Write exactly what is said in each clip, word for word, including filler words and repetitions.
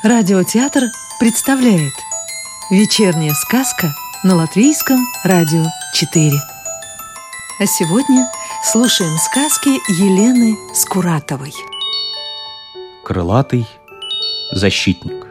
Радиотеатр представляет «Вечерняя сказка» на Латвийском радио четыре. А сегодня слушаем сказки Елены Скуратовой. Крылатый защитник.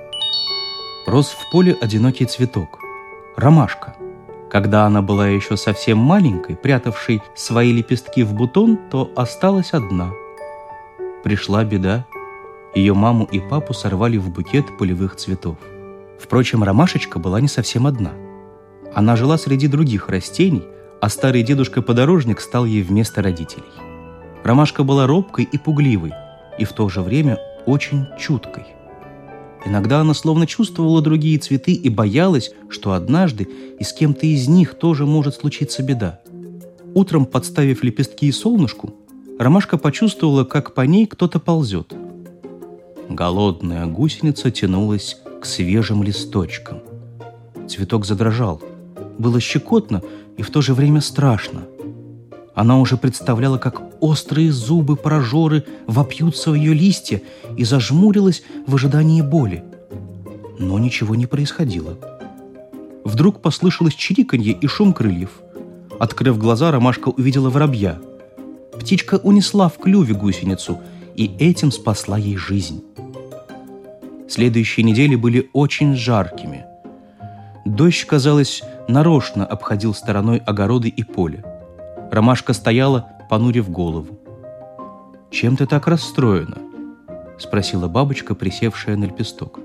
Рос в поле одинокий цветок – ромашка. Когда она была еще совсем маленькой, прятавшей свои лепестки в бутон, то осталась одна. Пришла беда. Ее маму и папу сорвали в букет полевых цветов. Впрочем, ромашечка была не совсем одна. Она жила среди других растений, а старый дедушка-подорожник стал ей вместо родителей. Ромашка была робкой и пугливой, и в то же время очень чуткой. Иногда она словно чувствовала другие цветы и боялась, что однажды и с кем-то из них тоже может случиться беда. Утром, подставив лепестки солнышку, ромашка почувствовала, как по ней кто-то ползет. Голодная гусеница тянулась к свежим листочкам. Цветок задрожал. Было щекотно и в то же время страшно. Она уже представляла, как острые зубы-прожоры вопьются в ее листья, и зажмурилась в ожидании боли. Но ничего не происходило. Вдруг послышалось чириканье и шум крыльев. Открыв глаза, ромашка увидела воробья. Птичка унесла в клюве гусеницу и этим спасла ей жизнь. Следующие недели были очень жаркими. Дождь, казалось, нарочно обходил стороной огороды и поле. Ромашка стояла, понурив голову. «Чем ты так расстроена?» — спросила бабочка, присевшая на лепесток.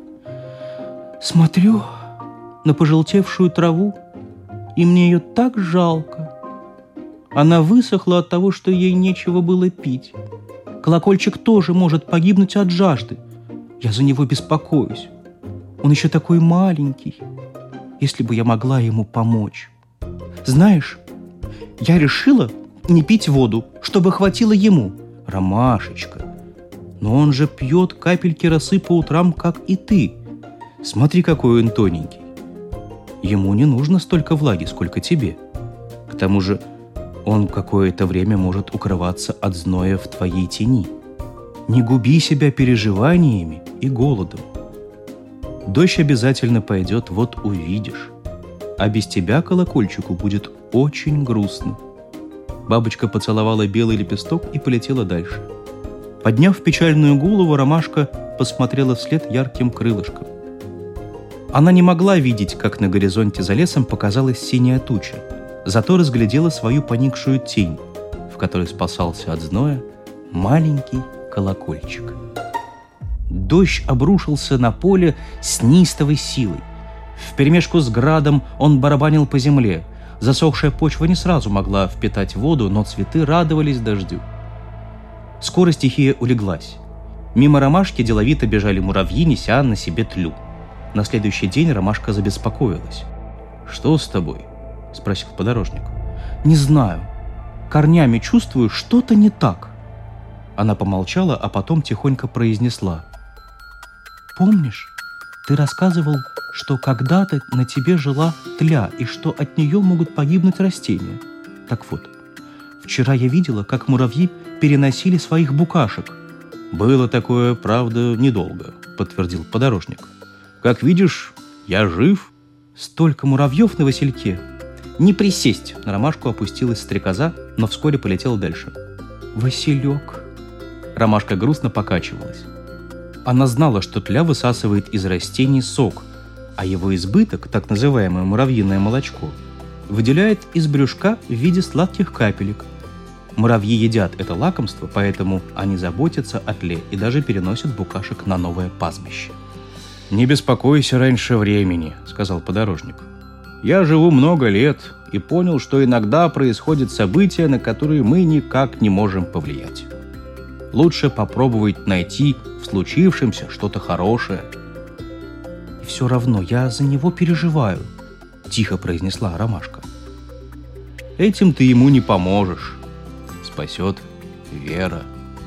«Смотрю на пожелтевшую траву, и мне ее так жалко. Она высохла от того, что ей нечего было пить. Колокольчик тоже может погибнуть от жажды. Я за него беспокоюсь. Он еще такой маленький. Если бы я могла ему помочь. Знаешь, я решила не пить воду, чтобы хватило ему. Ромашечка, но он же пьет капельки росы по утрам, как и ты. Смотри, какой он тоненький. Ему не нужно столько влаги, сколько тебе. К тому же он какое-то время может укрываться от зноя в твоей тени. Не губи себя переживаниями и голодом. Дождь обязательно пойдет, вот увидишь. А без тебя колокольчику будет очень грустно». Бабочка поцеловала белый лепесток и полетела дальше. Подняв печальную голову, ромашка посмотрела вслед ярким крылышком. Она не могла видеть, как на горизонте за лесом показалась синяя туча, зато разглядела свою поникшую тень, в которой спасался от зноя маленький колокольчик. Дождь обрушился на поле с неистовой силой. Вперемешку с градом он барабанил по земле. Засохшая почва не сразу могла впитать воду, но цветы радовались дождю. Скоро стихия улеглась. Мимо ромашки деловито бежали муравьи, неся на себе тлю. На следующий день ромашка забеспокоилась. «Что с тобой?» — спросил подорожник. «Не знаю. Корнями чувствую, что-то не так». Она помолчала, а потом тихонько произнесла. «Помнишь, ты рассказывал, что когда-то на тебе жила тля и что от нее могут погибнуть растения? Так вот, вчера я видела, как муравьи переносили своих букашек». «Было такое, правда, недолго», — подтвердил подорожник. «Как видишь, я жив». «Столько муравьев на васильке!» Не присесть, на ромашку опустилась стрекоза, но вскоре полетела дальше. «Василек!» Ромашка грустно покачивалась. Она знала, что тля высасывает из растений сок, а его избыток, так называемое муравьиное молочко, выделяет из брюшка в виде сладких капелек. Муравьи едят это лакомство, поэтому они заботятся о тле и даже переносят букашек на новое пастбище. «Не беспокойся раньше времени», — сказал подорожник. «Я живу много лет и понял, что иногда происходят события, на которые мы никак не можем повлиять. Лучше попробовать найти в случившемся что-то хорошее». «И все равно я за него переживаю», — тихо произнесла ромашка. «Этим ты ему не поможешь. Спасет вера».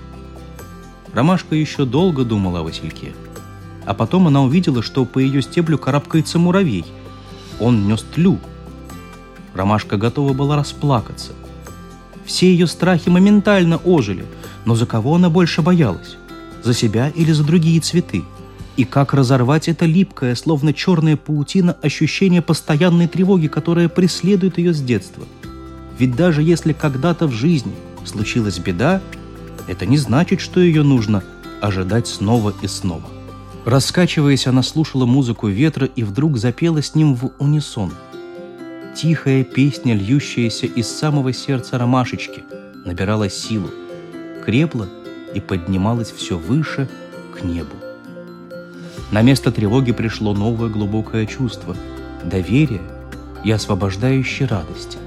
Ромашка еще долго думала о васильке, а потом она увидела, что по ее стеблю карабкается муравей. Он нес тлю. Ромашка готова была расплакаться. Все ее страхи моментально ожили, но за кого она больше боялась? За себя или за другие цветы? И как разорвать это липкое, словно черная паутина, ощущение постоянной тревоги, которое преследует ее с детства? Ведь даже если когда-то в жизни случилась беда, это не значит, что ее нужно ожидать снова и снова. Раскачиваясь, она слушала музыку ветра и вдруг запела с ним в унисон. Тихая песня, льющаяся из самого сердца ромашечки, набирала силу, крепла и поднималась все выше к небу. На место тревоги пришло новое глубокое чувство – доверие и освобождающей радости.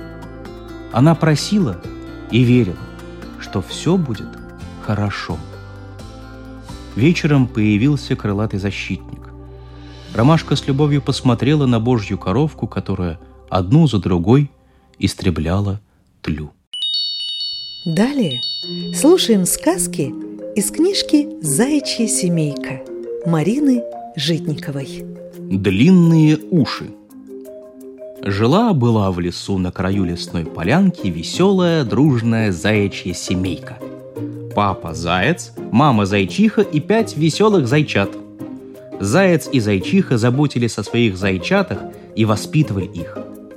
Она просила и верила, что все будет хорошо. Вечером появился крылатый защитник. Ромашка с любовью посмотрела на божью коровку, которая одну за другой истребляла тлю. Далее слушаем сказки из книжки «Заячья семейка» Марины Житниковой. Длинные уши. Жила-была в лесу на краю лесной полянки веселая, дружная заячья семейка. Папа заяц, мама зайчиха и пять веселых зайчат. Заяц и зайчиха заботились о своих зайчатах и воспитывали их.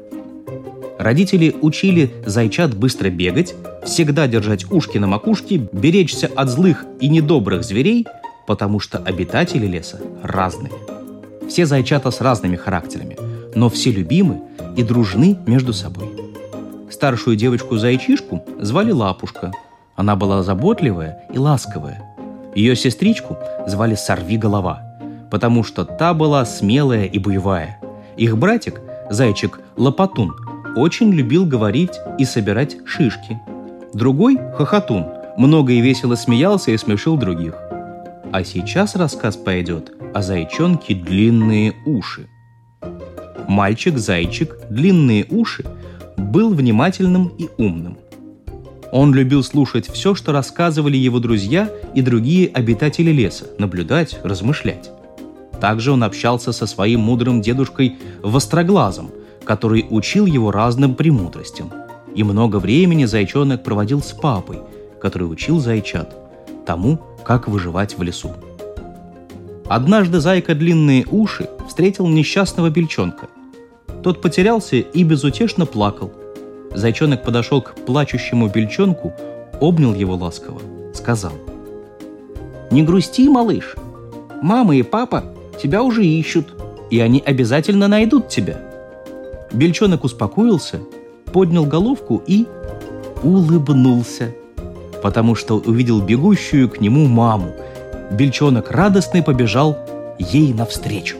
Родители учили зайчат быстро бегать, всегда держать ушки на макушке, беречься от злых и недобрых зверей, потому что обитатели леса разные. Все зайчата с разными характерами, но все любимы и дружны между собой. Старшую девочку-зайчишку звали Лапушка. Она была заботливая и ласковая. Ее сестричку звали Сорвиголова, потому что та была смелая и буевая. Их братик, зайчик Лопатун, очень любил говорить и собирать шишки. Другой, Хохотун, много и весело смеялся и смешил других. А сейчас рассказ пойдет о зайчонке Длинные уши. Мальчик-зайчик Длинные уши был внимательным и умным. Он любил слушать все, что рассказывали его друзья и другие обитатели леса, наблюдать, размышлять. Также он общался со своим мудрым дедушкой Востроглазом, который учил его разным премудростям. И много времени зайчонок проводил с папой, который учил зайчат тому, как выживать в лесу. Однажды зайка Длинные уши встретил несчастного бельчонка. Тот потерялся и безутешно плакал. Зайчонок подошел к плачущему бельчонку, обнял его ласково, сказал: «Не грусти, малыш, мама и папа тебя уже ищут, и они обязательно найдут тебя». Бельчонок успокоился, поднял головку и улыбнулся, потому что увидел бегущую к нему маму. Бельчонок радостный побежал ей навстречу.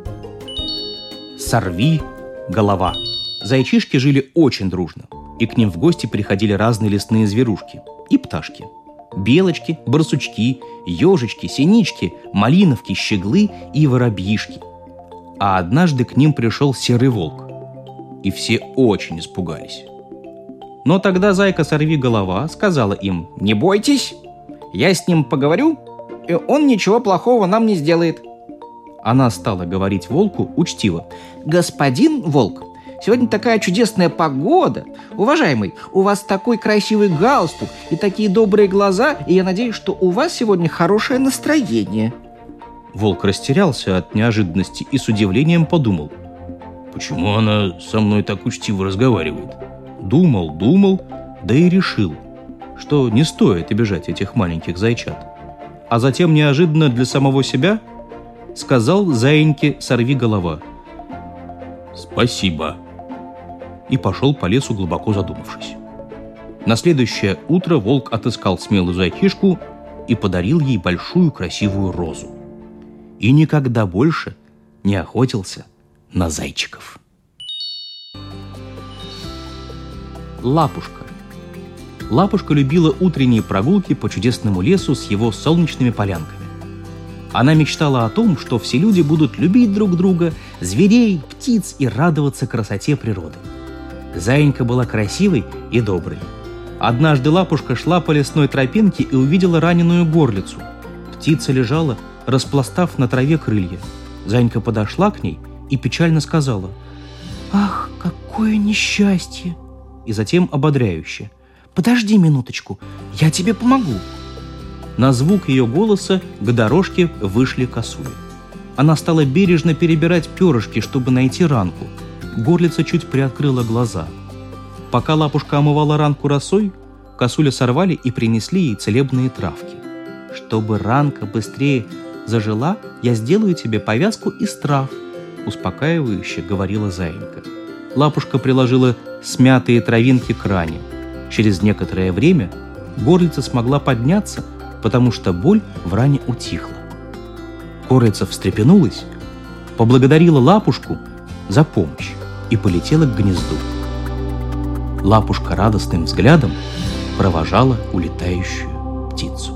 Сорви голова. Зайчишки жили очень дружно, и к ним в гости приходили разные лесные зверушки и пташки. Белочки, барсучки, ежички, синички, малиновки, щеглы и воробьишки. А однажды к ним пришел серый волк, и все очень испугались. Но тогда зайка Сорвиголова сказала им: «Не бойтесь, я с ним поговорю, и он ничего плохого нам не сделает». Она стала говорить волку учтиво: «Господин волк, сегодня такая чудесная погода. Уважаемый, у вас такой красивый галстук и такие добрые глаза, и я надеюсь, что у вас сегодня хорошее настроение». Волк растерялся от неожиданности и с удивлением подумал: почему она со мной так учтиво разговаривает? Думал, думал, да и решил, что не стоит обижать этих маленьких зайчат. А затем неожиданно для самого себя сказал заиньке Сорвиголова: «Спасибо», и пошел по лесу, глубоко задумавшись. На следующее утро волк отыскал смелую зайчишку и подарил ей большую красивую розу. И никогда больше не охотился на зайчиков. Лапушка. Лапушка любила утренние прогулки по чудесному лесу с его солнечными полянками. Она мечтала о том, что все люди будут любить друг друга, зверей, птиц и радоваться красоте природы. Заинька была красивой и доброй. Однажды Лапушка шла по лесной тропинке и увидела раненую горлицу. Птица лежала, распластав на траве крылья. Заинька подошла к ней и печально сказала: «Ах, какое несчастье!» И затем ободряюще: «Подожди минуточку, я тебе помогу». На звук ее голоса к дорожке вышли косули. Она стала бережно перебирать перышки, чтобы найти ранку. Горлица чуть приоткрыла глаза. Пока лапушка омывала ранку росой, косули сорвали и принесли ей целебные травки. «Чтобы ранка быстрее зажила, я сделаю тебе повязку из трав», — успокаивающе говорила заинька. Лапушка приложила смятые травинки к ране. Через некоторое время горлица смогла подняться, потому что боль в ране утихла. Горлица встрепенулась, поблагодарила лапушку за помощь и полетела к гнезду. Лапушка радостным взглядом провожала улетающую птицу.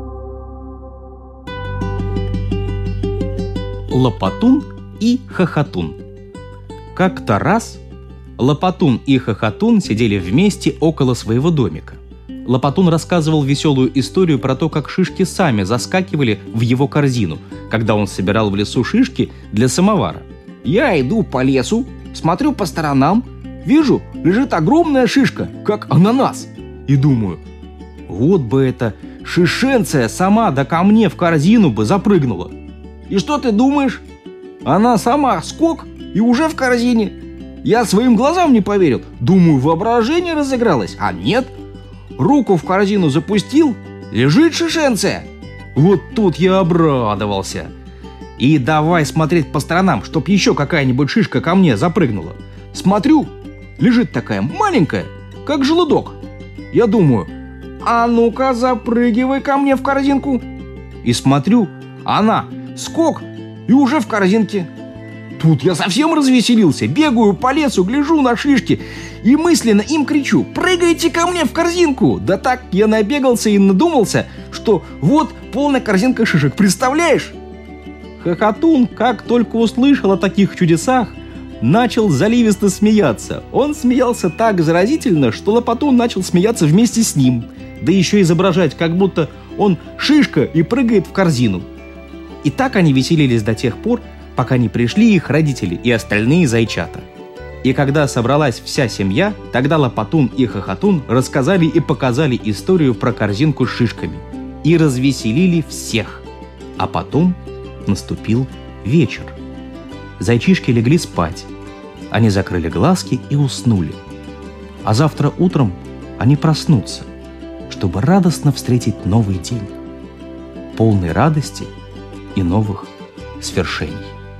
Лопотун и Хохотун. Как-то раз Лопотун и Хохотун сидели вместе около своего домика. Лопотун рассказывал веселую историю про то, как шишки сами заскакивали в его корзину, когда он собирал в лесу шишки для самовара. «Я иду по лесу, смотрю по сторонам, вижу, лежит огромная шишка, как ананас. И думаю, вот бы эта шишенция сама да ко мне в корзину бы запрыгнула. И что ты думаешь? Она сама скок и уже в корзине. Я своим глазам не поверил. Думаю, воображение разыгралось. А нет. Руку в корзину запустил, лежит шишенция. Вот тут я обрадовался. И давай смотреть по сторонам, чтоб еще какая-нибудь шишка ко мне запрыгнула. Смотрю, лежит такая маленькая, как желудок. Я думаю, а ну-ка запрыгивай ко мне в корзинку. И смотрю, она скок и уже в корзинке. Тут я совсем развеселился, бегаю по лесу, гляжу на шишки и мысленно им кричу: «Прыгайте ко мне в корзинку!» Да так я набегался и надумался, что вот полная корзинка шишек, представляешь? Хохотун, как только услышал о таких чудесах, начал заливисто смеяться. Он смеялся так заразительно, что Лопотун начал смеяться вместе с ним, да еще изображать, как будто он шишка и прыгает в корзину. И так они веселились до тех пор, пока не пришли их родители и остальные зайчата. И когда собралась вся семья, тогда Лопотун и Хохотун рассказали и показали историю про корзинку с шишками. И развеселили всех. А потом наступил вечер. Зайчишки легли спать. Они закрыли глазки и уснули. А завтра утром они проснутся, чтобы радостно встретить новый день, полный радости и новых свершений.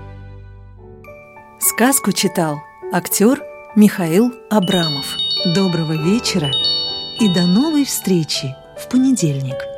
Сказку читал актер Михаил Абрамов. Доброго вечера и до новой встречи в понедельник.